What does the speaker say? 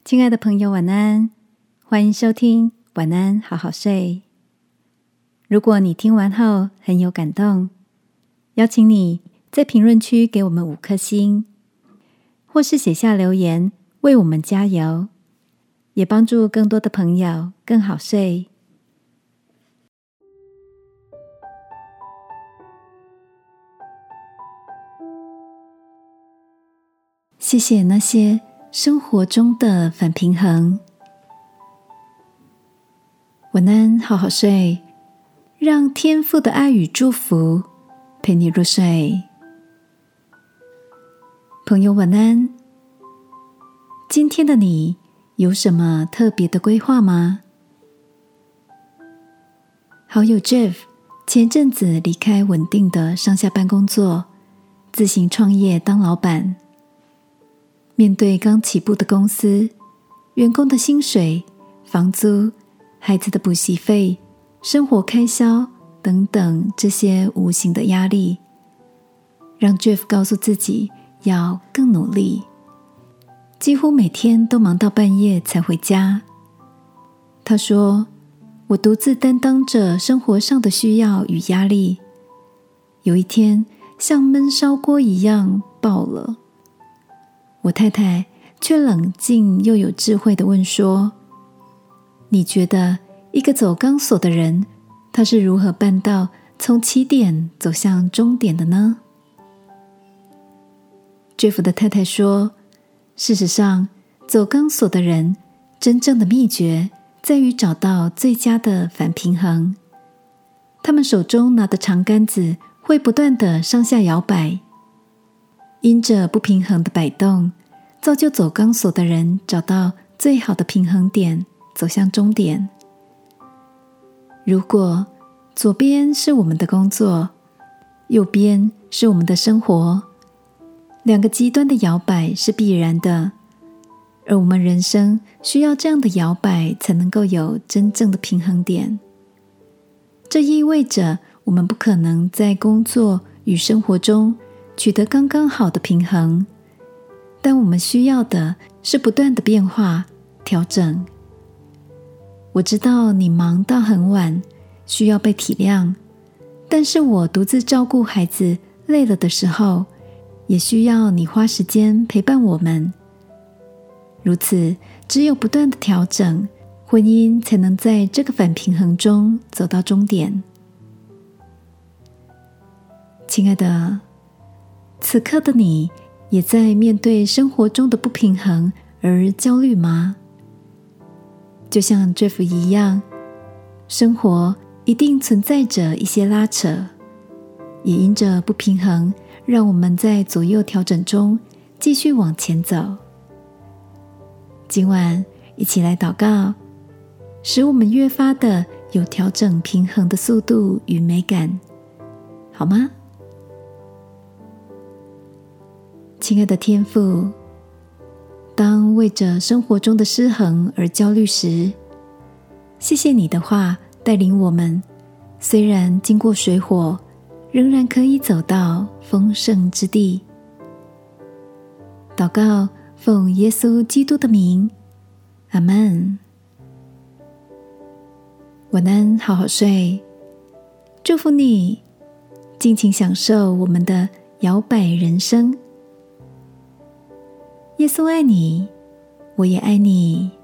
亲爱的朋友，晚安，欢迎收听晚安好好睡。如果你听完后很有感动，邀请你在评论区给我们5颗星，或是写下留言为我们加油，也帮助更多的朋友更好睡。谢谢那些生活中的反平衡。晚安好好睡，让天父的爱与祝福陪你入睡。朋友晚安，今天的你有什么特别的规划吗？好友 Jeff 前阵子离开稳定的上下班工作，自行创业当老板。面对刚起步的公司，员工的薪水、房租、孩子的补习费、生活开销等等这些无形的压力，让 Jeff 告诉自己要更努力，几乎每天都忙到半夜才回家。他说，我独自担当着生活上的需要与压力，有一天像焖烧锅一样爆了。我太太却冷静又有智慧地问说，你觉得一个走钢索的人，他是如何办到从起点走向终点的呢？ Jeff 的太太说，事实上走钢索的人真正的秘诀在于找到最佳的反平衡。他们手中拿的长杆子会不断地上下摇摆，因着不平衡的摆动，造就走钢索的人找到最好的平衡点，走向终点。如果左边是我们的工作，右边是我们的生活，两个极端的摇摆是必然的，而我们人生需要这样的摇摆才能够有真正的平衡点。这意味着我们不可能在工作与生活中取得刚刚好的平衡，但我们需要的是不断的变化、调整。我知道你忙到很晚，需要被体谅，但是我独自照顾孩子累了的时候，也需要你花时间陪伴我们。如此，只有不断的调整，婚姻才能在这个反平衡中走到终点。亲爱的，此刻的你也在面对生活中的不平衡而焦虑吗？就像 Jeff 一样，生活一定存在着一些拉扯，也因着不平衡，让我们在左右调整中继续往前走。今晚一起来祷告，使我们越发的有调整平衡的速度与美感，好吗？亲爱的天父，当为着生活中的失衡而焦虑时，谢谢你的话带领我们，虽然经过水火，仍然可以走到丰盛之地。祷告奉耶稣基督的名，阿们。晚安好好睡，祝福你尽情享受我们的摇摆人生。耶稣爱你，我也爱你。